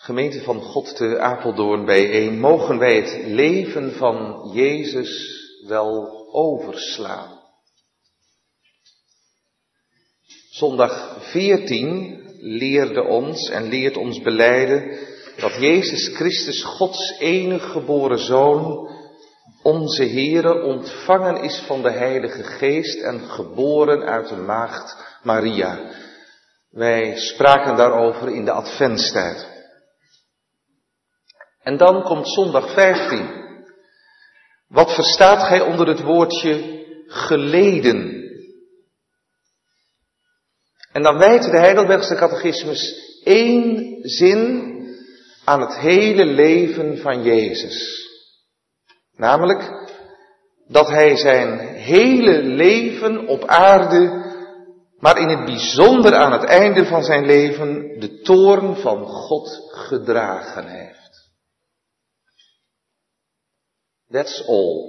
Gemeente van God te Apeldoorn bijeen, mogen wij het leven van Jezus wel overslaan. Zondag 14 leerde ons en leert ons belijden dat Jezus Christus, Gods enige geboren Zoon, onze Heere, ontvangen is van de Heilige Geest en geboren uit de maagd Maria. Wij spraken daarover in de adventstijd. En dan komt zondag 15. Wat verstaat gij onder het woordje geleden? En dan wijdt de Heidelbergse catechismus 1 zin aan het hele leven van Jezus. Namelijk dat hij zijn hele leven op aarde, maar in het bijzonder aan het einde van zijn leven, de toorn van God gedragen heeft. That's all.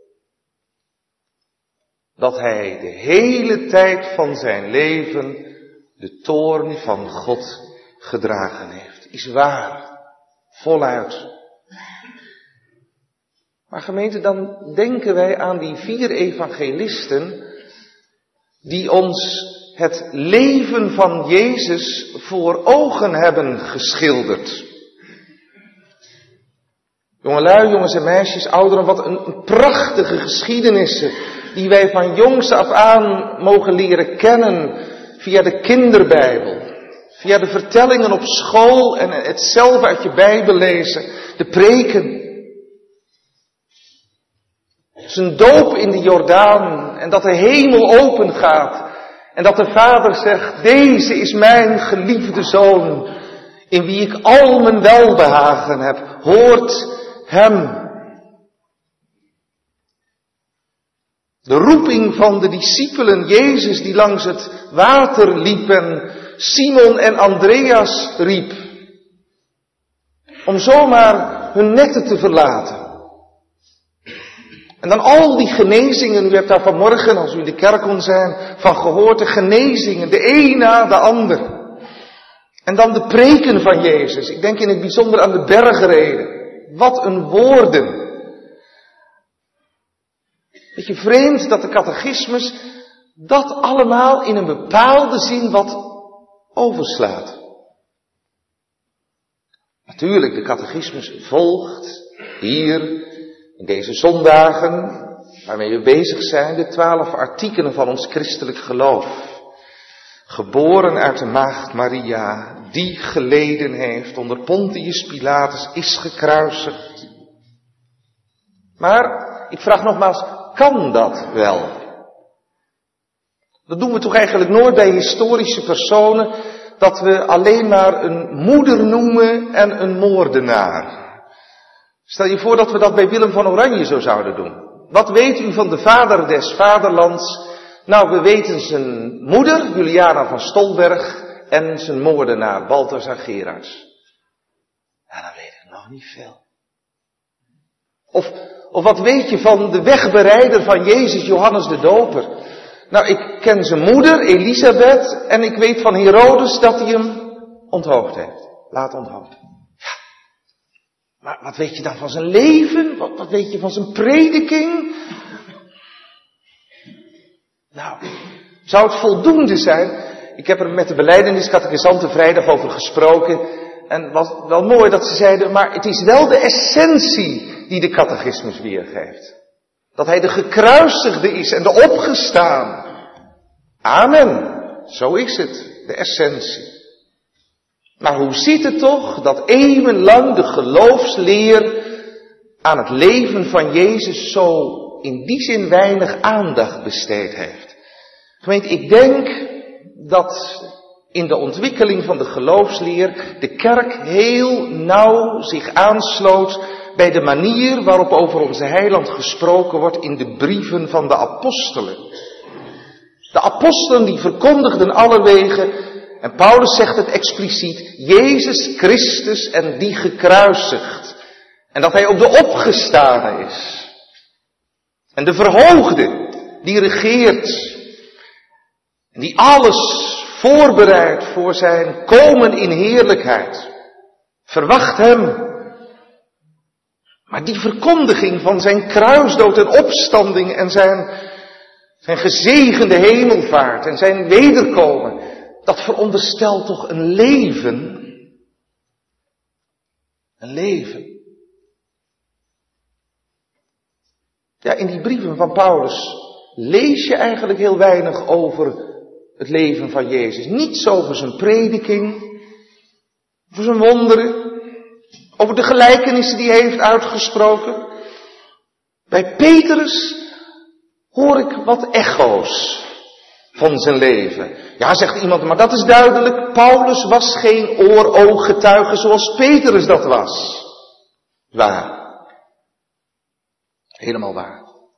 Dat hij de hele tijd van zijn leven de toorn van God gedragen heeft. Is waar. Voluit. Maar gemeente, dan denken wij aan die 4 evangelisten die ons het leven van Jezus voor ogen hebben geschilderd. Jongelui, jongens en meisjes, ouderen, wat een prachtige geschiedenissen die wij van jongs af aan mogen leren kennen via de kinderbijbel, via de vertellingen op school en het zelf uit je Bijbel lezen, de preken. Zijn doop in de Jordaan en dat de hemel open gaat en dat de Vader zegt, deze is mijn geliefde Zoon, in wie ik al mijn welbehagen heb, hoort hem. De roeping van de discipelen, Jezus die langs het water liep en Simon en Andreas riep, om zomaar hun netten te verlaten. En dan al die genezingen, u hebt daar vanmorgen, als u in de kerk kon zijn, van gehoord, de genezingen, de een na de ander. En dan de preken van Jezus, ik denk in het bijzonder aan de bergreden. Wat een woorden. Beetje vreemd dat de catechismus dat allemaal in een bepaalde zin wat overslaat. Natuurlijk, de catechismus volgt hier in deze zondagen, waarmee we bezig zijn, de 12 artikelen van ons christelijk geloof. Geboren uit de maagd Maria, die geleden heeft onder Pontius Pilatus, is gekruisigd. Maar, ik vraag nogmaals, kan dat wel? Dat doen we toch eigenlijk nooit bij historische personen, dat we alleen maar een moeder noemen en een moordenaar. Stel je voor dat we dat bij Willem van Oranje zo zouden doen. Wat weet u van de vader des vaderlands? Nou, we weten zijn moeder, Juliana van Stolberg, en zijn moordenaar, Balthasar Gerards. Ja, dan weet ik nog niet veel. Of wat weet je van de wegbereider van Jezus, Johannes de Doper? Nou, ik ken zijn moeder, Elisabeth, en ik weet van Herodes dat hij hem onthoofd heeft. Laat onthoofden. Ja. Maar wat weet je dan van zijn leven? Wat weet je van zijn prediking? Nou, zou het voldoende zijn? Ik heb er met de belijdeniscatechisanten vrijdag over gesproken. En het was wel mooi dat ze zeiden, maar het is wel de essentie die de catechismus weergeeft. Dat hij de gekruisigde is en de opgestaan. Amen. Zo is het, de essentie. Maar hoe zit het toch dat eeuwenlang de geloofsleer aan het leven van Jezus zo in die zin weinig aandacht besteed heeft? Gemeente, ik denk dat in de ontwikkeling van de geloofsleer de kerk heel nauw zich aansloot bij de manier waarop over onze heiland gesproken wordt in de brieven van de apostelen. De apostelen die verkondigden allerwege, en Paulus zegt het expliciet, Jezus Christus en die gekruisigd. En dat hij ook de opgestane is. En de verhoogde, die regeert. En die alles voorbereidt voor zijn komen in heerlijkheid. Verwacht hem. Maar die verkondiging van zijn kruisdood en opstanding en zijn gezegende hemelvaart en zijn wederkomen, dat veronderstelt toch een leven. Een leven. Ja, in die brieven van Paulus lees je eigenlijk heel weinig over het leven van Jezus. Niets over zijn prediking, over zijn wonderen, over de gelijkenissen die hij heeft uitgesproken. Bij Petrus hoor ik wat echo's van zijn leven. Ja, zegt iemand, maar dat is duidelijk. Paulus was geen oor-ooggetuige zoals Petrus dat was. Waar. Helemaal waar.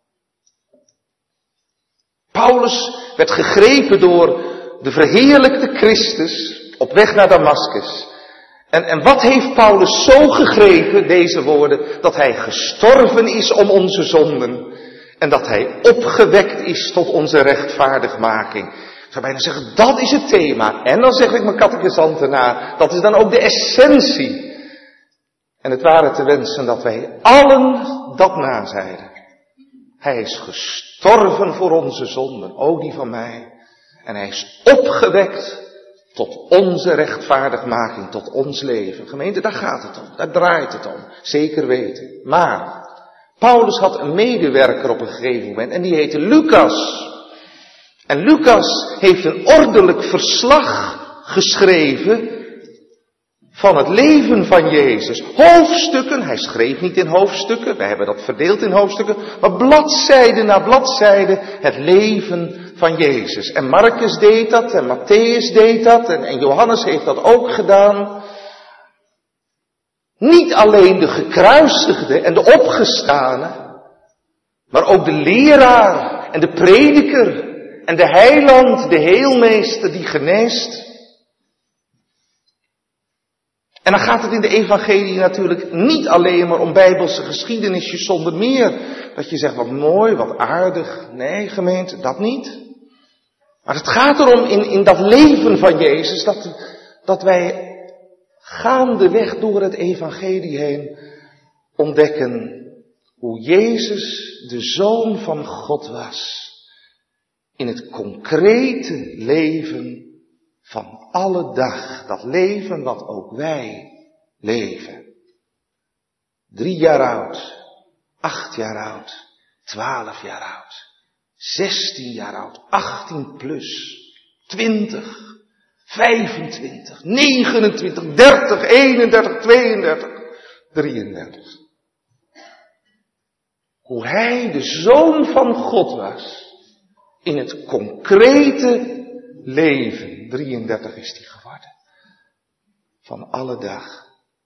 Paulus werd gegrepen door de verheerlijkte Christus op weg naar Damaskus. En wat heeft Paulus zo gegrepen, deze woorden, dat hij gestorven is om onze zonden. En dat hij opgewekt is tot onze rechtvaardigmaking. Ik zou bijna zeggen, dat is het thema. En dan zeg ik mijn catechisanten na, dat is dan ook de essentie. En het ware te wensen dat wij allen dat nazeiden. Hij is gestorven voor onze zonden, ook die van mij. En hij is opgewekt tot onze rechtvaardigmaking, tot ons leven. Gemeente, daar gaat het om, daar draait het om. Zeker weten. Maar Paulus had een medewerker op een gegeven moment en die heette Lucas. En Lucas heeft een ordelijk verslag geschreven van het leven van Jezus. Hoofdstukken, hij schreef niet in hoofdstukken, wij hebben dat verdeeld in hoofdstukken, maar bladzijde na bladzijde het leven van Jezus. En Marcus deed dat en Matthäus deed dat en Johannes heeft dat ook gedaan. Niet alleen de gekruisigde en de opgestane, maar ook de leraar en de prediker en de heiland, de heelmeester die geneest. En dan gaat het in de evangelie natuurlijk niet alleen maar om bijbelse geschiedenisjes zonder meer. Dat je zegt, wat mooi, wat aardig. Nee, gemeente, dat niet. Maar het gaat erom in dat leven van Jezus, dat wij gaandeweg door het evangelie heen ontdekken hoe Jezus de Zoon van God was. In het concrete leven van alle dag. Dat leven wat ook wij leven. 3 jaar oud, 8 jaar oud, 12 jaar oud, 16 jaar oud, 18 plus, 20, 25, 29, 30, 31, 32, 33. Hoe hij de Zoon van God was in het concrete leven. 33 is die geworden. Van alle dag.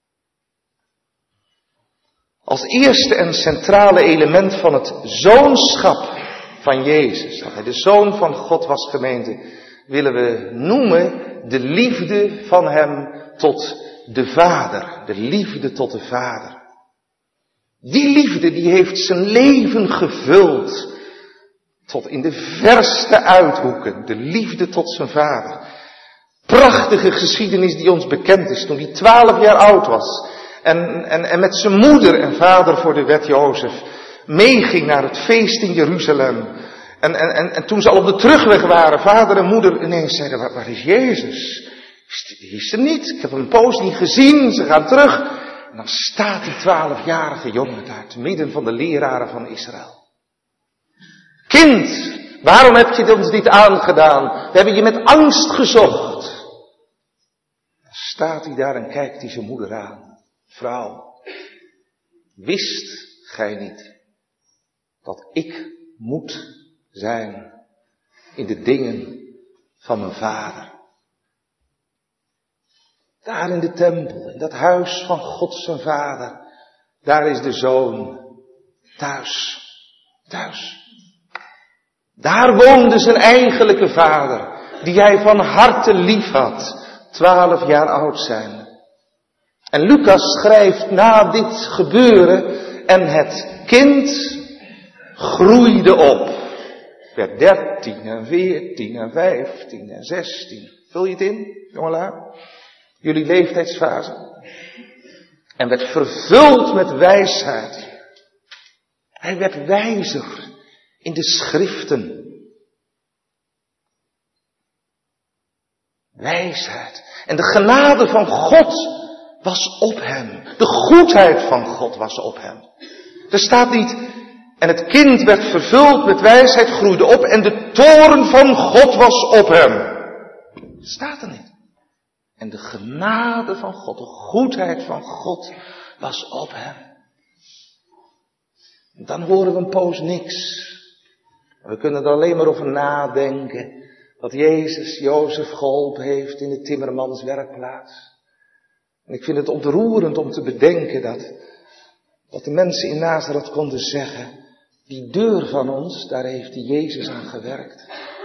Als eerste en centrale element van het zoonschap van Jezus, dat hij de Zoon van God was, gemeente, willen we noemen de liefde van hem tot de Vader. De liefde tot de Vader. Die liefde die heeft zijn leven gevuld tot in de verste uithoeken. De liefde tot zijn Vader. Prachtige geschiedenis die ons bekend is toen hij 12 jaar oud was. En met zijn moeder en vader voor de wet Jozef meeging naar het feest in Jeruzalem. En toen ze al op de terugweg waren, vader en moeder ineens zeiden, waar is Jezus? Die is er niet, ik heb hem een poos niet gezien, ze gaan terug. En dan staat die 12-jarige jongen daar, te midden van de leraren van Israël. Kind, waarom heb je ons dit aangedaan? We hebben je met angst gezocht. Dan staat hij daar en kijkt hij zijn moeder aan. Vrouw, wist gij niet dat ik moet zijn in de dingen van mijn vader? Daar in de tempel, in dat huis van God zijn Vader, daar is de Zoon thuis. Daar woonde zijn eigenlijke Vader, die hij van harte lief had, 12 jaar oud zijn. En Lucas schrijft na dit gebeuren, en het kind groeide op. Werd 13 en 14 en 15 en 16. Vul je het in, jongelui? Jullie leeftijdsfase. En werd vervuld met wijsheid. Hij werd wijzer in de schriften. Wijsheid. En de genade van God was op hem. De goedheid van God was op hem. Er staat niet, en het kind werd vervuld met wijsheid, groeide op en de toorn van God was op hem. Dat staat er niet. En de genade van God, de goedheid van God was op hem. Dan horen we een poos niks. We kunnen er alleen maar over nadenken. Dat Jezus Jozef geholpen heeft in de timmermans werkplaats. En ik vind het ontroerend om te bedenken dat de mensen in Nazareth konden zeggen, die deur van ons, daar heeft die Jezus aan gewerkt.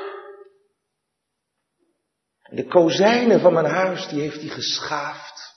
De kozijnen van mijn huis, die heeft hij geschaafd.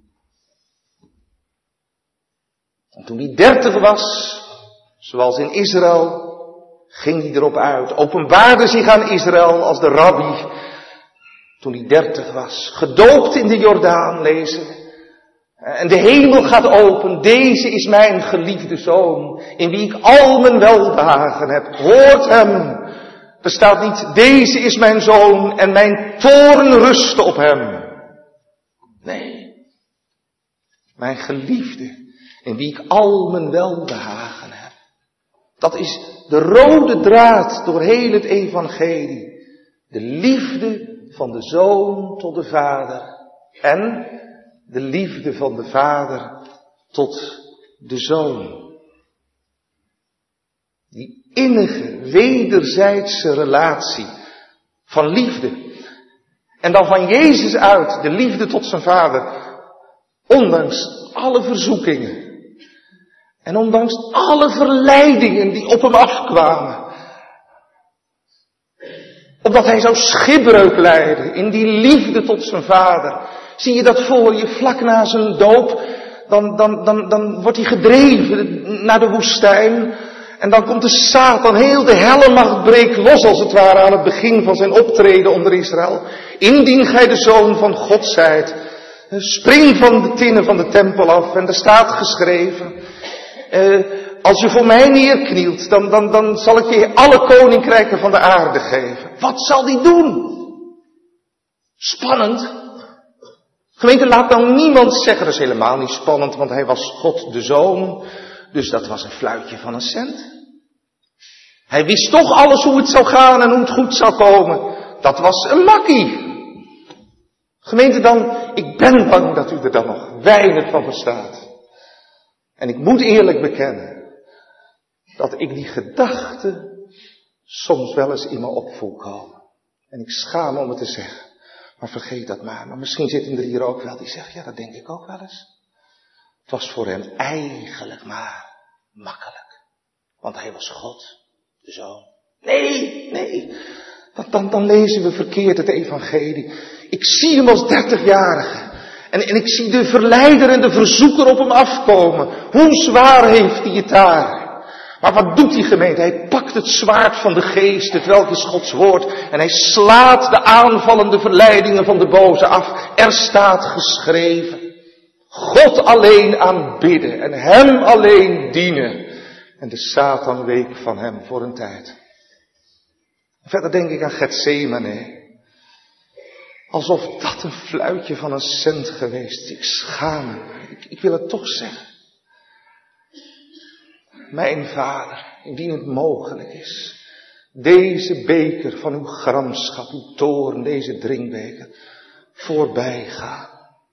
En toen hij 30 was, zoals in Israël, ging hij erop uit. Openbaarde zich aan Israël als de rabbi. Toen hij 30 was. Gedoopt in de Jordaan, lezen we. En de hemel gaat open. Deze is mijn geliefde zoon. In wie ik al mijn welbehagen heb. Hoort hem. Er staat niet, deze is mijn zoon en mijn toorn rust op hem. Nee. Mijn geliefde. In wie ik al mijn welbehagen heb. Dat is de rode draad door heel het evangelie. De liefde van de zoon tot de vader. En de liefde van de vader tot de zoon. Die innige, wederzijdse relatie van liefde. En dan van Jezus uit, de liefde tot zijn vader. Ondanks alle verzoekingen. En ondanks alle verleidingen die op hem afkwamen. Omdat hij zou schipbreuk lijden in die liefde tot zijn vader. Zie je dat voor je vlak na zijn doop? Dan wordt hij gedreven naar de woestijn. En dan komt de Satan, heel de helmacht breekt los als het ware aan het begin van zijn optreden onder Israël. Indien gij de zoon van God zijt, spring van de tinnen van de tempel af. En er staat geschreven, als je voor mij neerknielt, dan zal ik je alle koninkrijken van de aarde geven. Wat zal die doen? Spannend. Gemeente, laat nou niemand zeggen, dat is helemaal niet spannend, want hij was God de Zoon. Dus dat was een fluitje van een cent. Hij wist toch alles hoe het zou gaan en hoe het goed zou komen. Dat was een makkie. Gemeente, ik ben bang dat u er dan nog weinig van verstaat. En ik moet eerlijk bekennen, dat ik die gedachte soms wel eens in me op voel komen. En ik schaam me om het te zeggen. Maar vergeet dat maar. Maar misschien zitten er hier ook wel die zeggen, ja, dat denk ik ook wel eens. Het was voor hem eigenlijk maar makkelijk. Want hij was God, de Zoon. Nee. Dan lezen we verkeerd het evangelie. Ik zie hem als 30-jarige. En ik zie de verleider en de verzoeker op hem afkomen. Hoe zwaar heeft hij het daar? Maar wat doet die gemeente? Hij pakt het zwaard van de geest, het welk is Gods woord. En hij slaat de aanvallende verleidingen van de boze af. Er staat geschreven. God alleen aanbidden en hem alleen dienen. En de Satan week van hem voor een tijd. Verder denk ik aan Getsemane. Alsof dat een fluitje van een cent geweest. Ik schaam me. Ik wil het toch zeggen. Mijn Vader, indien het mogelijk is. Deze beker van uw gramschap, uw toorn, deze drinkbeker. Voorbij gaan.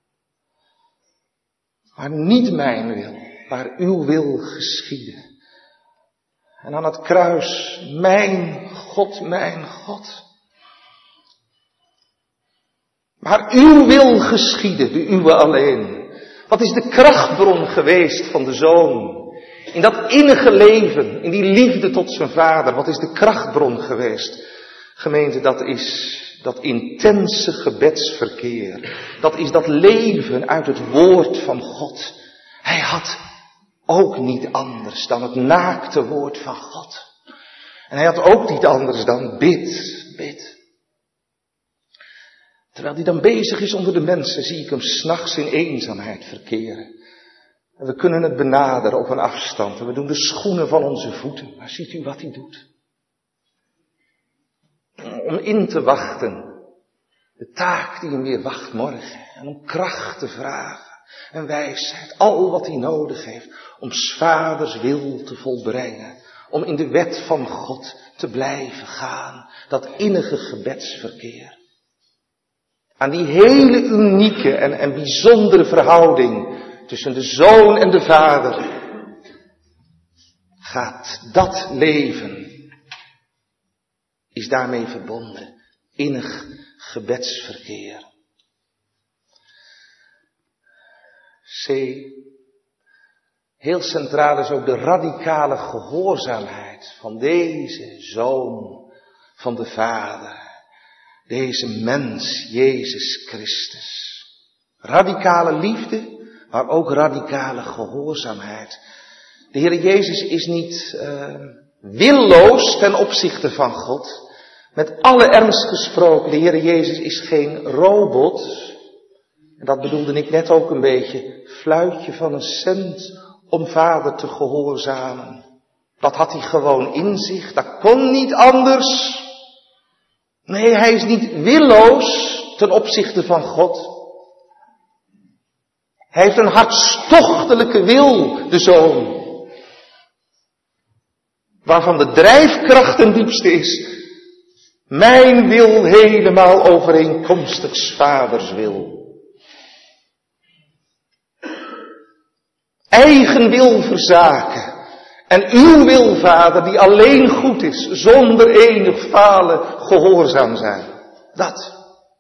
Maar niet mijn wil, maar uw wil geschieden. En aan het kruis, mijn God, mijn God. Maar uw wil geschieden, de uwe alleen. Wat is de krachtbron geweest van de Zoon? In dat innige leven, in die liefde tot zijn Vader, wat is de krachtbron geweest? Gemeente, dat is dat intense gebedsverkeer. Dat is dat leven uit het woord van God. Hij had ook niet anders dan het naakte woord van God. En hij had ook niet anders dan bid. Terwijl hij dan bezig is onder de mensen, zie ik hem 's nachts in eenzaamheid verkeren. En we kunnen het benaderen op een afstand. En we doen de schoenen van onze voeten. Maar ziet u wat hij doet? Om in te wachten. De taak die hem weer wacht morgen. En om kracht te vragen. En wijsheid. Al wat hij nodig heeft. Om 's vaders wil te volbrengen. Om in de wet van God te blijven gaan. Dat innige gebedsverkeer. Aan die hele unieke en bijzondere verhouding tussen de Zoon en de Vader gaat dat leven, is daarmee verbonden. Innig gebedsverkeer. C. Heel centraal is ook de radicale gehoorzaamheid van deze Zoon van de Vader. Deze mens, Jezus Christus. Radicale liefde, maar ook radicale gehoorzaamheid. De Heer Jezus is niet willoos ten opzichte van God. Met alle ernst gesproken, de Heer Jezus is geen robot. En dat bedoelde ik net ook een beetje. Fluitje van een cent om Vader te gehoorzamen. Dat had hij gewoon in zich, dat kon niet anders. Nee, hij is niet willoos ten opzichte van God. Hij heeft een hartstochtelijke wil, de Zoon. Waarvan de drijfkracht ten diepste is. Mijn wil helemaal overeenkomstig 's Vaders wil. Eigen wil verzaken. En uw wil, Vader, die alleen goed is, zonder enig falen, gehoorzaam zijn. Dat.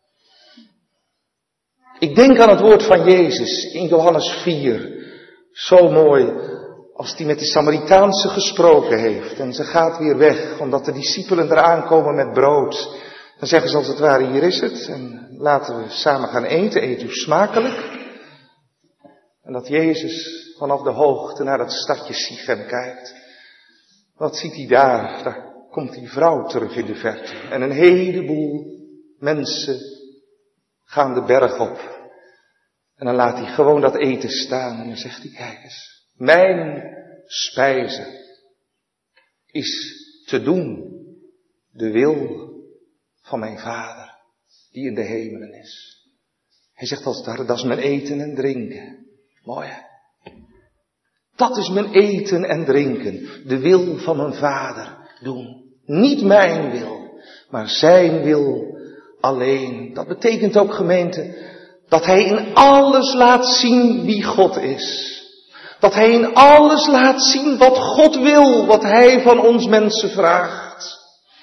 Ik denk aan het woord van Jezus in Johannes 4. Zo mooi, als hij met de Samaritaanse gesproken heeft. En ze gaat weer weg, omdat de discipelen eraan komen met brood. Dan zeggen ze als het ware, hier is het. En laten we samen gaan eten, eet u smakelijk. En dat Jezus vanaf de hoogte naar dat stadje Sichem kijkt. Wat ziet hij daar? Daar komt die vrouw terug in de verte. En een heleboel mensen gaan de berg op. En dan laat hij gewoon dat eten staan. En dan zegt hij, kijk eens. Mijn spijze is te doen de wil van mijn Vader die in de hemelen is. Hij zegt als het ware, dat is mijn eten en drinken. Mooi hè? Dat is mijn eten en drinken. De wil van mijn Vader doen. Niet mijn wil, maar zijn wil alleen. Dat betekent ook, gemeente, dat hij in alles laat zien wie God is. Dat hij in alles laat zien wat God wil, wat hij van ons mensen vraagt.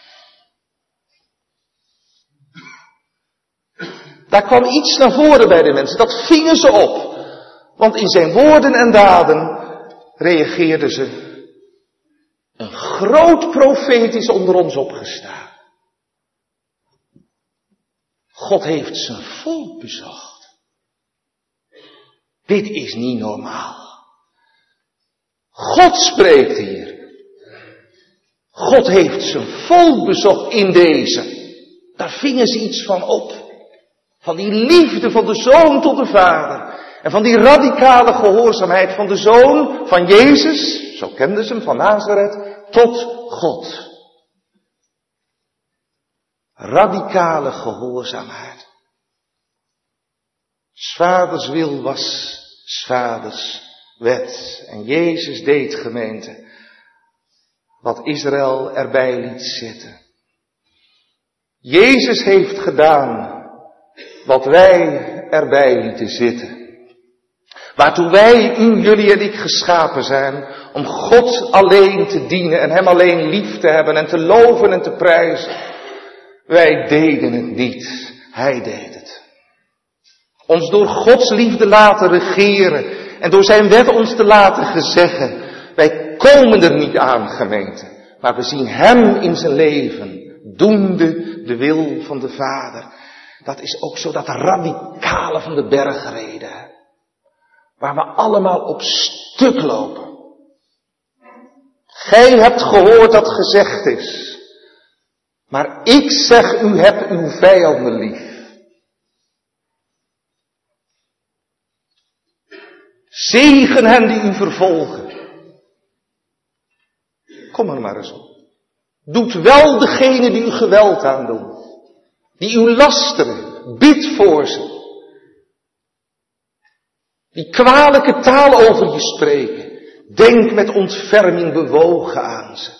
Daar kwam iets naar voren bij de mensen, dat vingen ze op. Want in zijn woorden en daden reageerden ze. Een groot profeet is onder ons opgestaan. God heeft zijn volk bezocht. Dit is niet normaal. God spreekt hier. God heeft zijn volk bezocht in deze. Daar vingen ze iets van op. Van die liefde van de Zoon tot de Vader. En van die radicale gehoorzaamheid van de Zoon van Jezus, zo kenden ze hem, van Nazareth, tot God. Radicale gehoorzaamheid. 's Vaders wil was 's Vaders wet. En Jezus deed, gemeente, wat Israël erbij liet zitten. Jezus heeft gedaan wat wij erbij lieten zitten. Waartoe wij, u, jullie en ik geschapen zijn, om God alleen te dienen en hem alleen lief te hebben en te loven en te prijzen. Wij deden het niet, hij deed het. Ons door Gods liefde laten regeren en door zijn wet ons te laten gezeggen. Wij komen er niet aan, gemeente, maar we zien hem in zijn leven, doende de wil van de Vader. Dat is ook zo dat radicale van de bergreden. Waar we allemaal op stuk lopen. Gij hebt gehoord dat gezegd is. Maar ik zeg, u hebt uw vijanden lief. Zegen hen die u vervolgen. Kom er maar eens op. Doet wel degene die u geweld aandoen. Die u lasteren. Bid voor ze. Die kwalijke taal over je spreken. Denk met ontferming bewogen aan ze.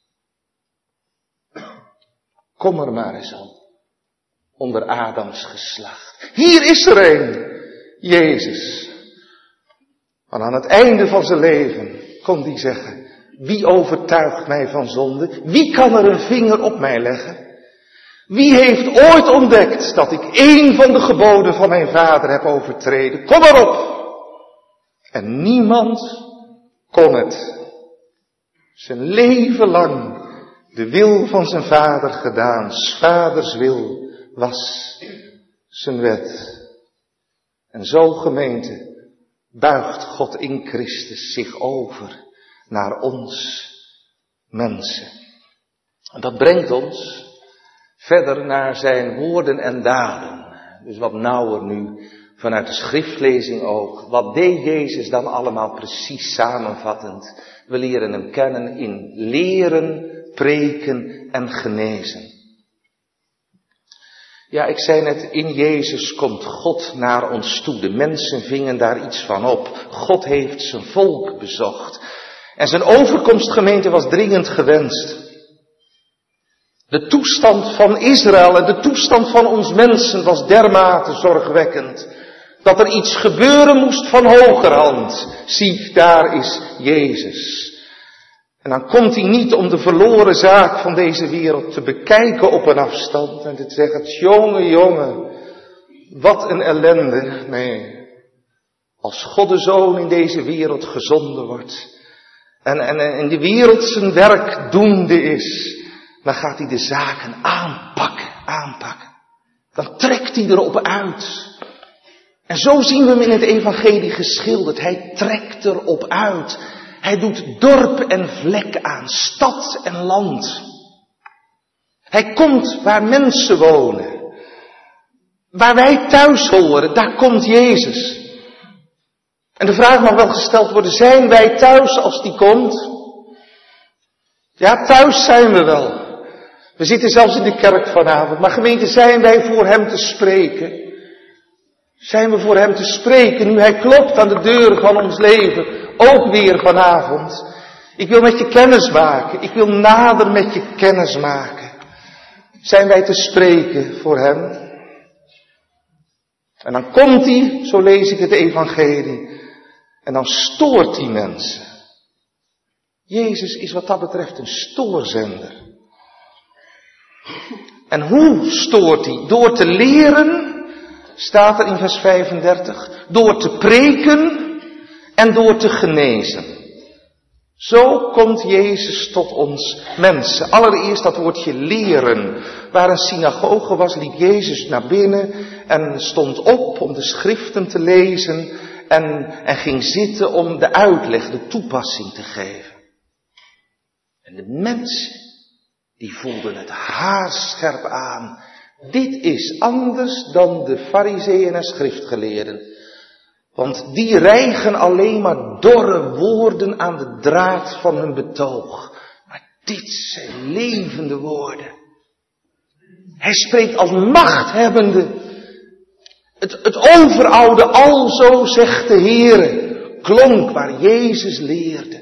Kom er maar eens op. Onder Adams geslacht. Hier is er een. Jezus. Want aan het einde van zijn leven kon hij zeggen. Wie overtuigt mij van zonde? Wie kan er een vinger op mij leggen? Wie heeft ooit ontdekt dat ik één van de geboden van mijn vader heb overtreden? Kom maar op! En niemand kon het. Zijn leven lang de wil van zijn vader gedaan. 's vaders wil was zijn wet. En zo, gemeente, buigt God in Christus zich over naar ons mensen. En dat brengt ons verder naar zijn woorden en daden. Dus wat nauwer nu vanuit de schriftlezing ook. Wat deed Jezus dan allemaal precies samenvattend? We leren hem kennen in leren, preken en genezen. Ja, ik zei net, in Jezus komt God naar ons toe. De mensen vingen daar iets van op. God heeft zijn volk bezocht. En zijn overkomstgemeente was dringend gewenst. De toestand van Israël en de toestand van ons mensen was dermate zorgwekkend. Dat er iets gebeuren moest van hogerhand. Zie, daar is Jezus. En dan komt hij niet om de verloren zaak van deze wereld te bekijken op een afstand. En te zeggen, jongen, wat een ellende. Nee, als God de Zoon in deze wereld gezonden wordt. En in de wereld zijn werk doende is. Dan gaat hij de zaken aanpakken. Dan trekt hij erop uit. En zo zien we hem in het evangelie geschilderd. Hij trekt erop uit. Hij doet dorp en vlek aan, stad en land. Hij komt waar mensen wonen. Waar wij thuis horen, daar komt Jezus. En de vraag mag wel gesteld worden, zijn wij thuis als die komt? Ja, thuis zijn we wel. We zitten zelfs in de kerk vanavond. Maar gemeente, zijn wij voor hem te spreken? Zijn we voor hem te spreken nu hij klopt aan de deur van ons leven? Ook weer vanavond. Ik wil met je kennis maken. Ik wil nader met je kennis maken. Zijn wij te spreken voor hem? En dan komt hij, zo lees ik het evangelie. En dan stoort hij mensen. Jezus is wat dat betreft een stoorzender. En hoe stoort hij? Door te leren, staat er in vers 35. Door te preken en door te genezen. Zo komt Jezus tot ons mensen. Allereerst dat woordje leren. Waar een synagoge was, liep Jezus naar binnen en stond op om de schriften te lezen en ging zitten om de uitleg, de toepassing te geven. En de mensen, die voelden het haarscherp aan. Dit is anders dan de farizeeën en schriftgeleerden. Want die rijgen alleen maar dorre woorden aan de draad van hun betoog. Maar dit zijn levende woorden. Hij spreekt als machthebbende. Het overoude alzo zegt de Heere, klonk waar Jezus leerde.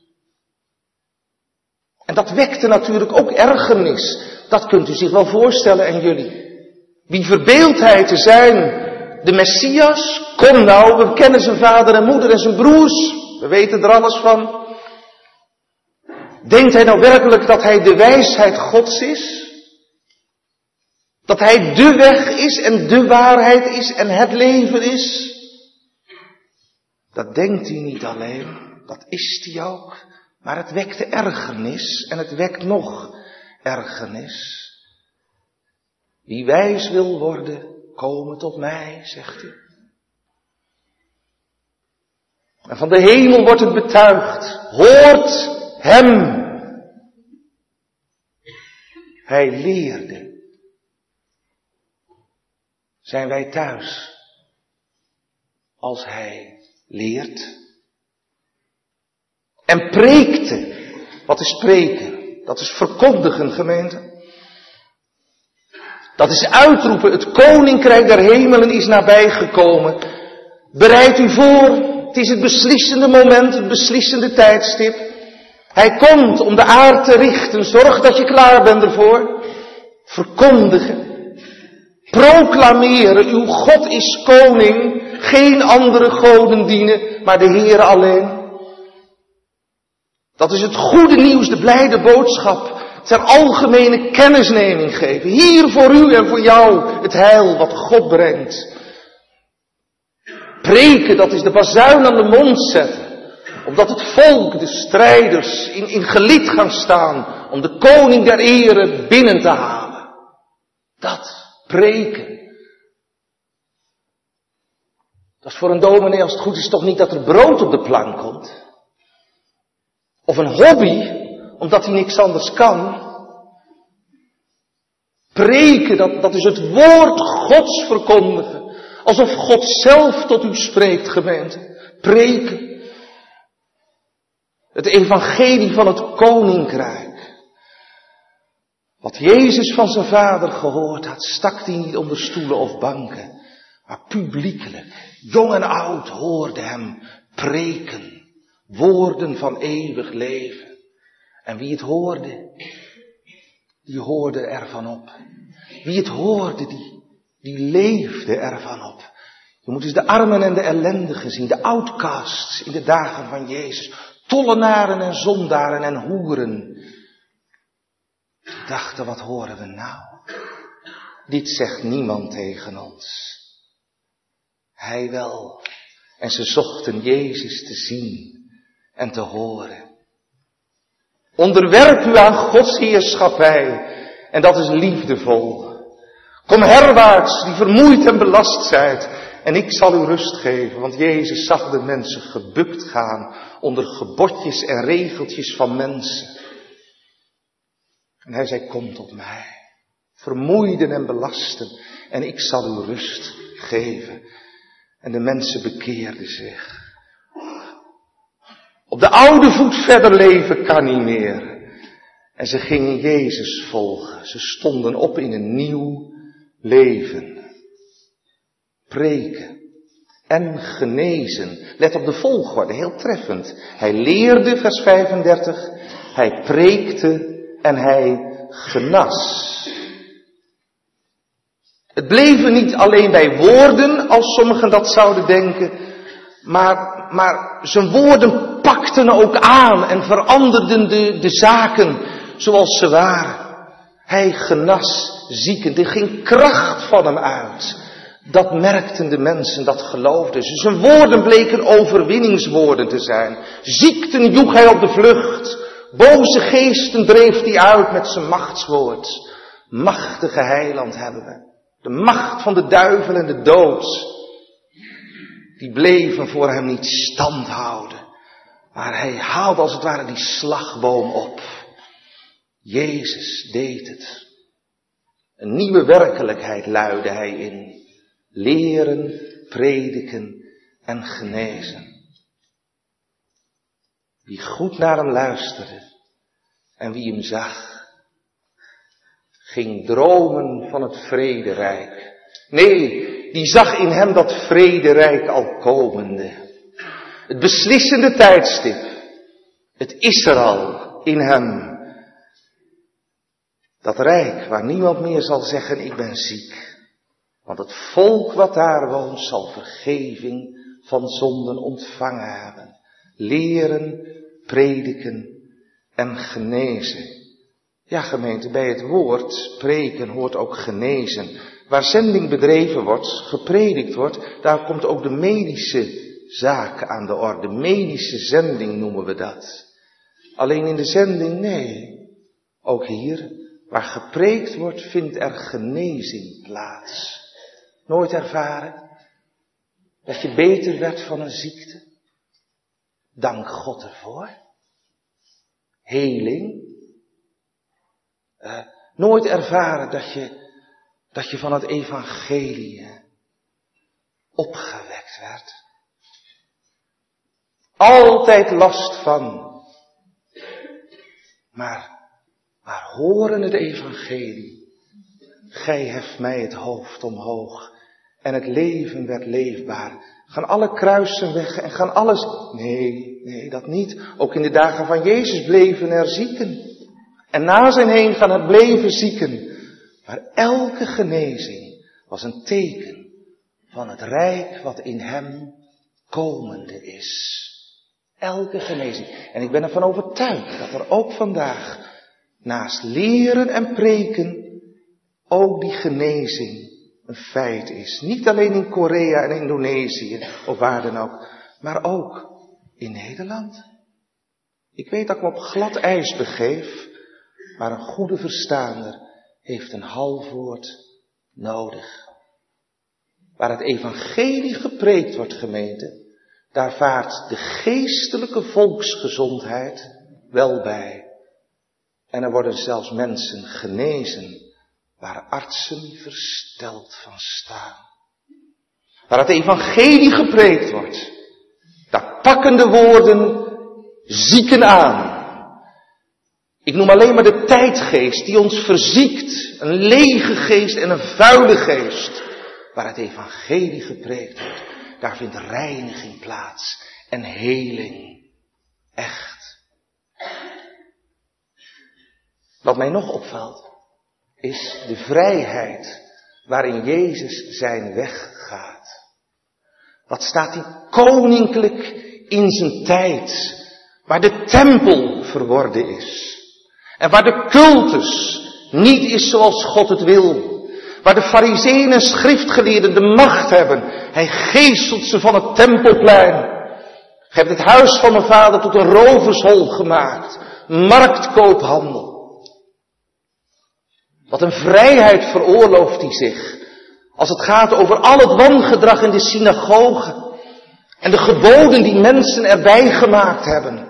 En dat wekte natuurlijk ook ergernis. Dat kunt u zich wel voorstellen en jullie. Wie verbeeldt hij te zijn? De Messias? Kom nou, we kennen zijn vader en moeder en zijn broers. We weten er alles van. Denkt hij nou werkelijk dat hij de wijsheid Gods is? Dat hij de weg is en de waarheid is en het leven is? Dat denkt hij niet alleen, dat is hij ook. Maar het wekte ergernis en het wekt nog ergernis. Wie wijs wil worden, komen tot mij, zegt hij. En van de hemel wordt het betuigd. Hoort hem. Hij leerde. Zijn wij thuis als hij leert en preekte. Wat is preken? Dat is verkondigen, gemeente. Dat is uitroepen, het koninkrijk der hemelen is nabijgekomen. Bereid u voor, het is het beslissende moment, het beslissende tijdstip. Hij komt om de aarde te richten, zorg dat je klaar bent ervoor. Verkondigen, proclameren, uw God is koning, geen andere goden dienen, maar de Heer alleen. Dat is het goede nieuws, de blijde boodschap. Ter algemene kennisneming geven. Hier voor u en voor jou het heil wat God brengt. Preken, dat is de bazuin aan de mond zetten. Omdat het volk, de strijders, in gelid gaan staan. Om de koning der ere binnen te halen. Dat, preken. Dat is voor een dominee, als het goed is, toch niet dat er brood op de plank komt. Of een hobby, omdat hij niks anders kan. Preken, dat is het woord Gods verkondigen. Alsof God zelf tot u spreekt, gemeente. Preken. Het evangelie van het koninkrijk. Wat Jezus van zijn vader gehoord had, stak hij niet onder stoelen of banken. Maar publiekelijk, jong en oud, hoorde hem preken. Woorden van eeuwig leven. En wie het hoorde, die hoorde ervan op. Wie het hoorde, die leefde ervan op. Je moet eens de armen en de ellendigen zien, de outcasts in de dagen van Jezus. Tollenaren en zondaren en hoeren. Die dachten, wat horen we nou? Dit zegt niemand tegen ons. Hij wel. En ze zochten Jezus te zien en te horen. Onderwerp u aan Gods heerschappij. En dat is liefdevol. Kom herwaarts die vermoeid en belast zijt. En ik zal u rust geven. Want Jezus zag de mensen gebukt gaan. Onder gebodjes en regeltjes van mensen. En hij zei, kom tot mij. Vermoeiden en belasten. En ik zal u rust geven. En de mensen bekeerden zich. Op de oude voet verder leven kan niet meer. En ze gingen Jezus volgen. Ze stonden op in een nieuw leven. Preken en genezen. Let op de volgorde, heel treffend. Hij leerde, vers 35. Hij preekte en hij genas. Het bleven niet alleen bij woorden, als sommigen dat zouden denken. Maar zijn woorden pakten ook aan en veranderden de zaken zoals ze waren. Hij genas zieken, er ging kracht van hem uit. Dat merkten de mensen, dat geloofden ze. Zijn woorden bleken overwinningswoorden te zijn. Ziekten joeg hij op de vlucht. Boze geesten dreef hij uit met zijn machtswoord. Machtige heiland hebben we. De macht van de duivel en de dood. Die bleven voor hem niet stand houden. Maar hij haalde als het ware die slagboom op. Jezus deed het. Een nieuwe werkelijkheid luidde hij in. Leren, prediken en genezen. Wie goed naar hem luisterde en wie hem zag, ging dromen van het vrederijk. Nee, die zag in hem dat vrederijk al komende. Het beslissende tijdstip. Het is er al in hem. Dat rijk waar niemand meer zal zeggen, ik ben ziek. Want het volk wat daar woont zal vergeving van zonden ontvangen hebben. Leren, prediken en genezen. Ja, gemeente, bij het woord preken hoort ook genezen. Waar zending bedreven wordt, gepredikt wordt, daar komt ook de medische zaak aan de orde. Medische zending noemen we dat. Alleen in de zending, nee. Ook hier, waar gepreekt wordt, vindt er genezing plaats. Nooit ervaren dat je beter werd van een ziekte? Dank God ervoor. Heling. Nooit ervaren dat je van het evangelie opgewekt werd. Altijd last van. Maar horen het evangelie. Gij heft mij het hoofd omhoog. En het leven werd leefbaar. Gaan alle kruisen weg en gaan alles. Nee, dat niet. Ook in de dagen van Jezus bleven er zieken. En na zijn heen gaan er bleven zieken. Maar elke genezing was een teken van het rijk wat in hem komende is. Elke genezing. En ik ben ervan overtuigd dat er ook vandaag, naast leren en preken, ook die genezing een feit is. Niet alleen in Korea en Indonesië of waar dan ook, maar ook in Nederland. Ik weet dat ik me op glad ijs begeef, maar een goede verstaander heeft een half woord nodig. Waar het evangelie gepreekt wordt, gemeente, daar vaart de geestelijke volksgezondheid wel bij. En er worden zelfs mensen genezen waar artsen versteld van staan. Waar het evangelie gepreekt wordt, daar pakken de woorden zieken aan. Ik noem alleen maar de tijdgeest die ons verziekt. Een lege geest en een vuile geest. Waar het evangelie gepreekt wordt, daar vindt reiniging plaats en heling. Echt. Wat mij nog opvalt, is de vrijheid waarin Jezus zijn weg gaat. Wat staat hij koninklijk in zijn tijd, waar de tempel verworden is. En waar de cultus niet is zoals God het wil. Waar de farizeeën en schriftgeleerden de macht hebben. Hij geeselt ze van het tempelplein. Gij hebt het huis van mijn vader tot een rovershol gemaakt. Marktkoophandel. Wat een vrijheid veroorlooft hij zich. Als het gaat over al het wangedrag in de synagoge. En de geboden die mensen erbij gemaakt hebben.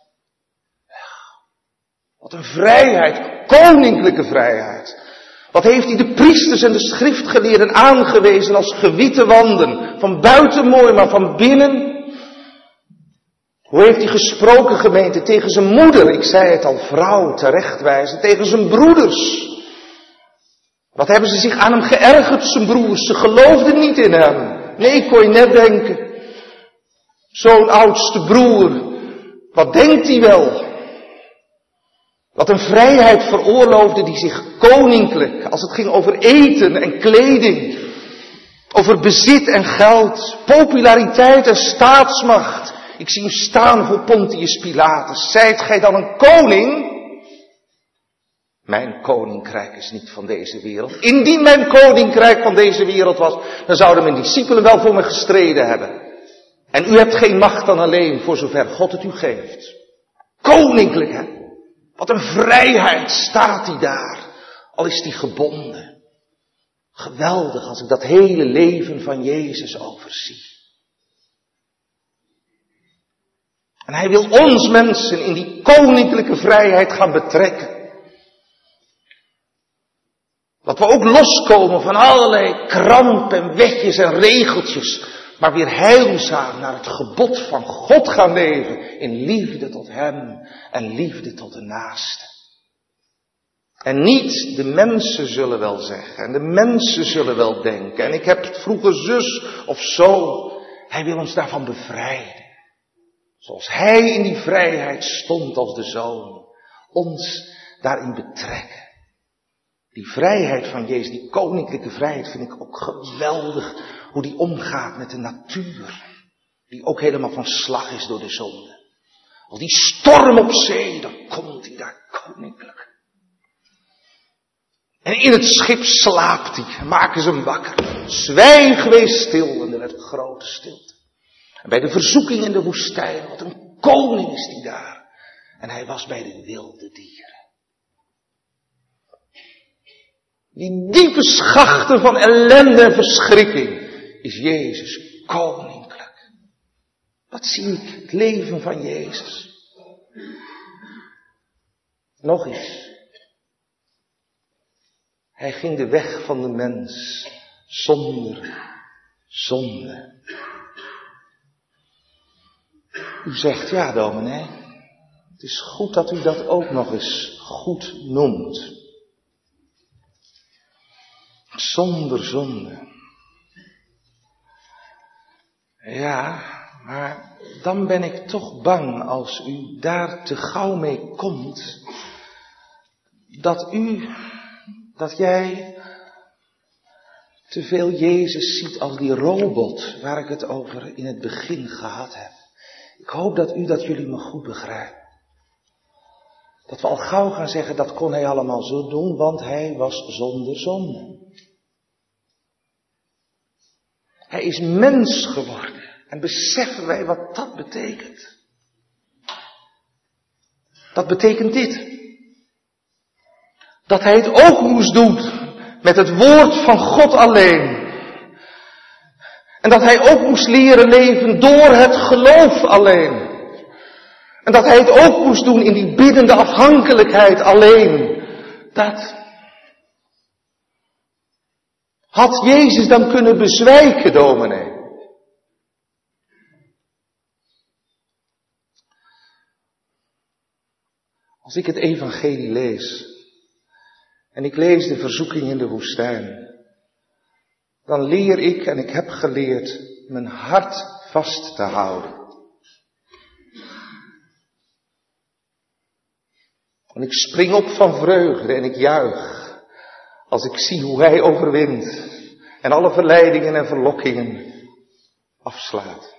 Wat een vrijheid, koninklijke vrijheid. Wat heeft hij de priesters en de schriftgeleerden aangewezen als gewitte wanden. Van buiten mooi, maar van binnen. Hoe heeft hij gesproken, gemeente, tegen zijn moeder? Ik zei het al, vrouw, terechtwijzen. Tegen zijn broeders. Wat hebben ze zich aan hem geërgerd, zijn broers? Ze geloofden niet in hem. Nee, kon je net denken. Zo'n oudste broer. Wat denkt hij wel? Wat een vrijheid veroorloofde die zich koninklijk, als het ging over eten en kleding, over bezit en geld, populariteit en staatsmacht. Ik zie hem staan voor Pontius Pilatus. Zijt gij dan een koning? Mijn koninkrijk is niet van deze wereld. Indien mijn koninkrijk van deze wereld was, dan zouden mijn discipelen wel voor me gestreden hebben. En u hebt geen macht dan alleen, voor zover God het u geeft. Koninklijk, hè? Wat een vrijheid staat hij daar, al is hij gebonden. Geweldig als ik dat hele leven van Jezus overzie. En hij wil ons mensen in die koninklijke vrijheid gaan betrekken. Dat we ook loskomen van allerlei kramp en wetjes en regeltjes, maar weer heilzaam naar het gebod van God gaan leven. In liefde tot hem en liefde tot de naaste. En niet de mensen zullen wel zeggen en de mensen zullen wel denken. En ik heb het vroeger zus of zo. Hij wil ons daarvan bevrijden. Zoals hij in die vrijheid stond als de Zoon. Ons daarin betrekken. Die vrijheid van Jezus, die koninklijke vrijheid, vind ik ook geweldig. Hoe die omgaat met de natuur. Die ook helemaal van slag is door de zonde. Als die storm op zee, dan komt hij daar koninklijk. En in het schip slaapt hij. Maken ze hem wakker. Zwijg, wees stil. En er werd een grote stilte. En bij de verzoeking in de woestijn, wat een koning is die daar. En hij was bij de wilde dieren. Die diepe schachten van ellende en verschrikking is Jezus koninklijk. Wat zie ik, het leven van Jezus. Nog iets. Hij ging de weg van de mens zonder zonde. U zegt, ja dominee, het is goed dat u dat ook nog eens goed noemt. Zonder zonde. Ja, maar dan ben ik toch bang als u daar te gauw mee komt, dat jij te veel Jezus ziet als die robot waar ik het over in het begin gehad heb. Ik hoop dat jullie me goed begrijpen. Dat we al gauw gaan zeggen, dat kon hij allemaal zo doen, want hij was zonder zonde. Hij is mens geworden. En beseffen wij wat dat betekent? Dat betekent dit. Dat hij het ook moest doen met het woord van God alleen. En dat hij ook moest leren leven door het geloof alleen. En dat hij het ook moest doen in die biddende afhankelijkheid alleen. Dat had Jezus dan kunnen bezwijken, dominee. Als ik het evangelie lees, en ik lees de verzoeking in de woestijn, dan leer ik, en ik heb geleerd, mijn hart vast te houden. En ik spring op van vreugde en ik juich, als ik zie hoe hij overwint en alle verleidingen en verlokkingen afslaat.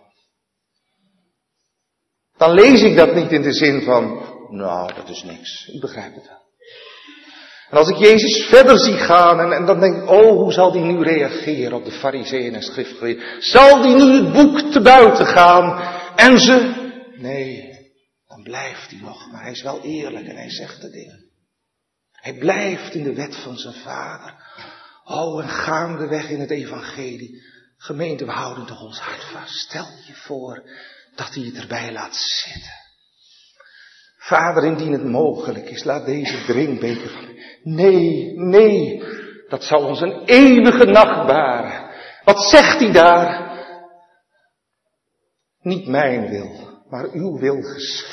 Dan lees ik dat niet in de zin van, nou, dat is niks. U begrijpt het wel. En als ik Jezus verder zie gaan en dan denk ik, oh, hoe zal die nu reageren op de farizeeën en schriftgeleerden? Zal die nu het boek te buiten gaan en ze? Nee, dan blijft hij nog, maar hij is wel eerlijk en hij zegt de dingen. Hij blijft in de wet van zijn vader. Oh, en gaandeweg in het evangelie. Gemeente, we houden toch ons hart vast. Stel je voor dat hij het erbij laat zitten. Vader, indien het mogelijk is, laat deze drinkbeker van u. Nee, dat zou ons een eeuwige nacht baren. Wat zegt hij daar? Niet mijn wil, maar uw wil geschieden.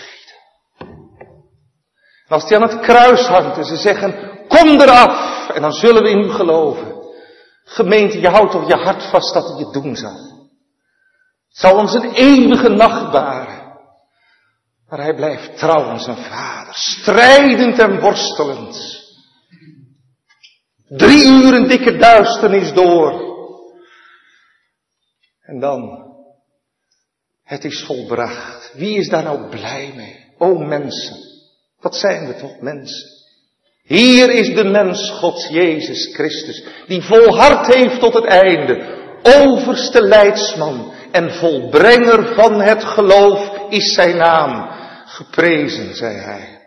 En als hij aan het kruis hangt en ze zeggen, kom eraf, en dan zullen we in u geloven. Gemeente, je houdt toch je hart vast dat hij het doen zal. Het zal ons een eeuwige nacht baren. Maar hij blijft trouw aan zijn vader, strijdend en worstelend. 3 uur een dikke duisternis door. En dan, het is volbracht. Wie is daar nou blij mee? O mensen, wat zijn we toch mensen? Hier is de mens Gods, Jezus Christus, die volhard heeft tot het einde. Overste leidsman en volbrenger van het geloof is zijn naam. Geprezen, zei hij.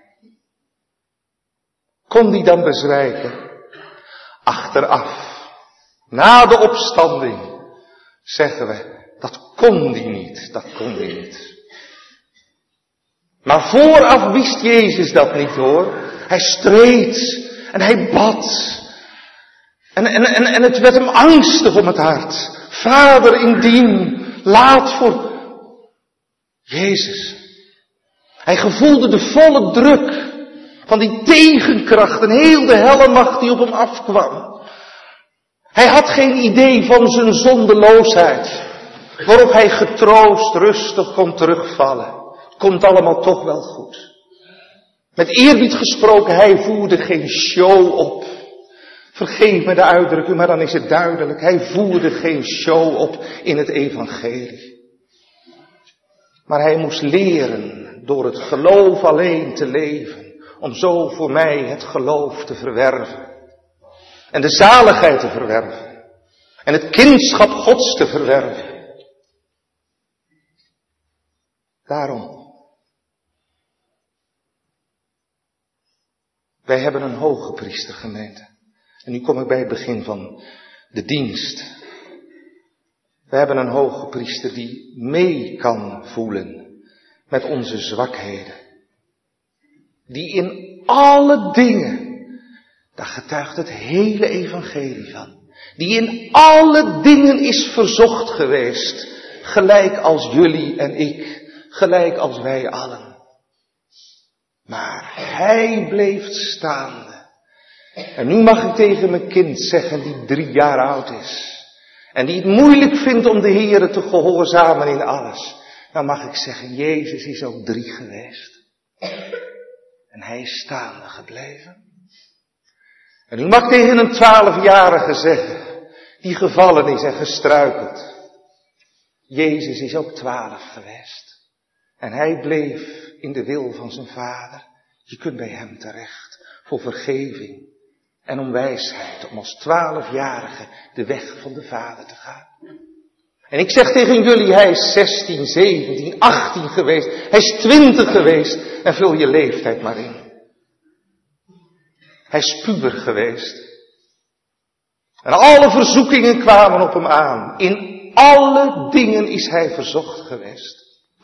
Kon die dan bezwijken? Achteraf, na de opstanding, zeggen we, dat kon die niet. Maar vooraf wist Jezus dat niet hoor. Hij streed en hij bad. En het werd hem angstig om het hart. Vader, indien, laat voor Jezus. Hij gevoelde de volle druk van die tegenkracht en heel de helmacht die op hem afkwam. Hij had geen idee van zijn zondeloosheid, waarop hij getroost, rustig kon terugvallen. Komt allemaal toch wel goed. Met eerbied gesproken, hij voerde geen show op. Vergeef me de uitdrukking, maar dan is het duidelijk. Hij voerde geen show op in het evangelie. Maar hij moest leren door het geloof alleen te leven. Om zo voor mij het geloof te verwerven. En de zaligheid te verwerven. En het kindschap Gods te verwerven. Daarom. Wij hebben een hoge priester, gemeente. En nu kom ik bij het begin van de dienst. We hebben een hoge priester die mee kan voelen met onze zwakheden. Die in alle dingen, daar getuigt het hele evangelie van. Die in alle dingen is verzocht geweest, gelijk als jullie en ik gelijk als wij allen. Maar hij bleef staande. En nu mag ik tegen mijn kind zeggen die 3 jaar oud is. En die het moeilijk vindt om de Heere te gehoorzamen in alles. Dan mag ik zeggen, Jezus is ook 3 geweest. En hij is staande gebleven. En u mag tegen een 12-jarige zeggen, die gevallen is en gestruikeld. Jezus is ook 12 geweest. En hij bleef in de wil van zijn vader. Je kunt bij hem terecht voor vergeving en om wijsheid, om als 12-jarige de weg van de vader te gaan. En ik zeg tegen jullie, hij is 16, 17, 18 geweest, hij is 20 geweest en vul je leeftijd maar in. Hij is puber geweest. En alle verzoekingen kwamen op hem aan. In alle dingen is hij verzocht geweest.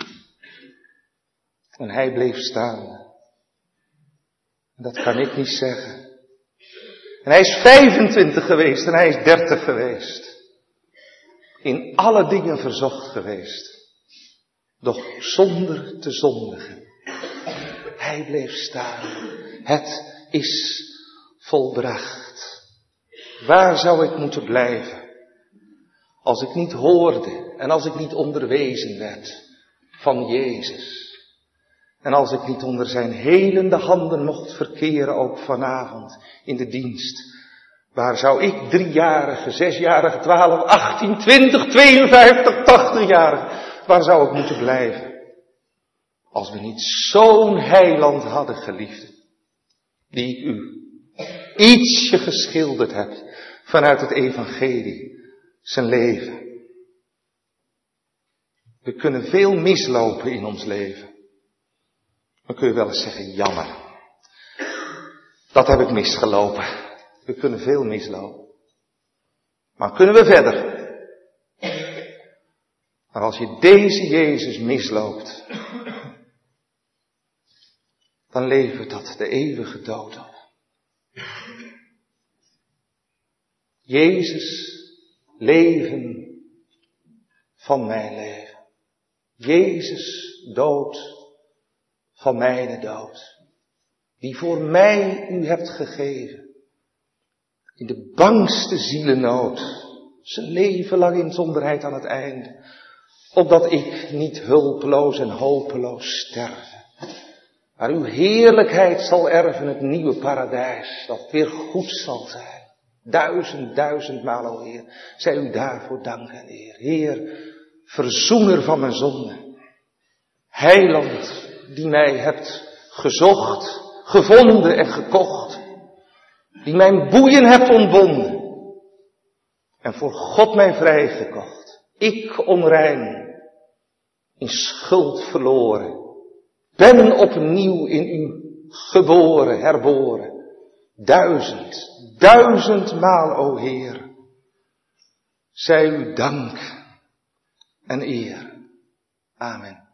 En hij bleef staan. En dat kan ik niet zeggen. En hij is 25 geweest en hij is 30 geweest. In alle dingen verzocht geweest. Doch zonder te zondigen. Hij bleef staan. Het is volbracht. Waar zou ik moeten blijven? Als ik niet hoorde en als ik niet onderwezen werd van Jezus. En als ik niet onder zijn helende handen mocht verkeren, ook vanavond in de dienst. Waar zou ik 3-jarige, 6-jarige, 12, 18, 20, 52, 80-jarige, waar zou ik moeten blijven? Als we niet zo'n heiland hadden, geliefden, die u ietsje geschilderd hebt vanuit het evangelie, zijn leven. We kunnen veel mislopen in ons leven. Dan kun je wel eens zeggen, jammer. Dat heb ik misgelopen. We kunnen veel mislopen. Maar kunnen we verder? Maar als je deze Jezus misloopt, dan levert dat de eeuwige dood op. Jezus, leven van mijn leven. Jezus, dood van mijn dood. Die voor mij u hebt gegeven. In de bangste zielennood. Zijn leven lang inzonderheid aan het einde. Opdat ik niet hulpeloos en hopeloos sterven. Maar uw heerlijkheid zal erven het nieuwe paradijs. Dat weer goed zal zijn. 1000 maal, o Heer. Zij u daarvoor dank en eer. Heer, verzoener van mijn zonde. Heiland die mij hebt gezocht, gevonden en gekocht. Die mijn boeien hebt ontbonden. En voor God mij vrijgekocht. Ik onrein, in schuld verloren. Ben opnieuw in u geboren, herboren. 1000 maal, o Heer. Zij u dank en eer. Amen.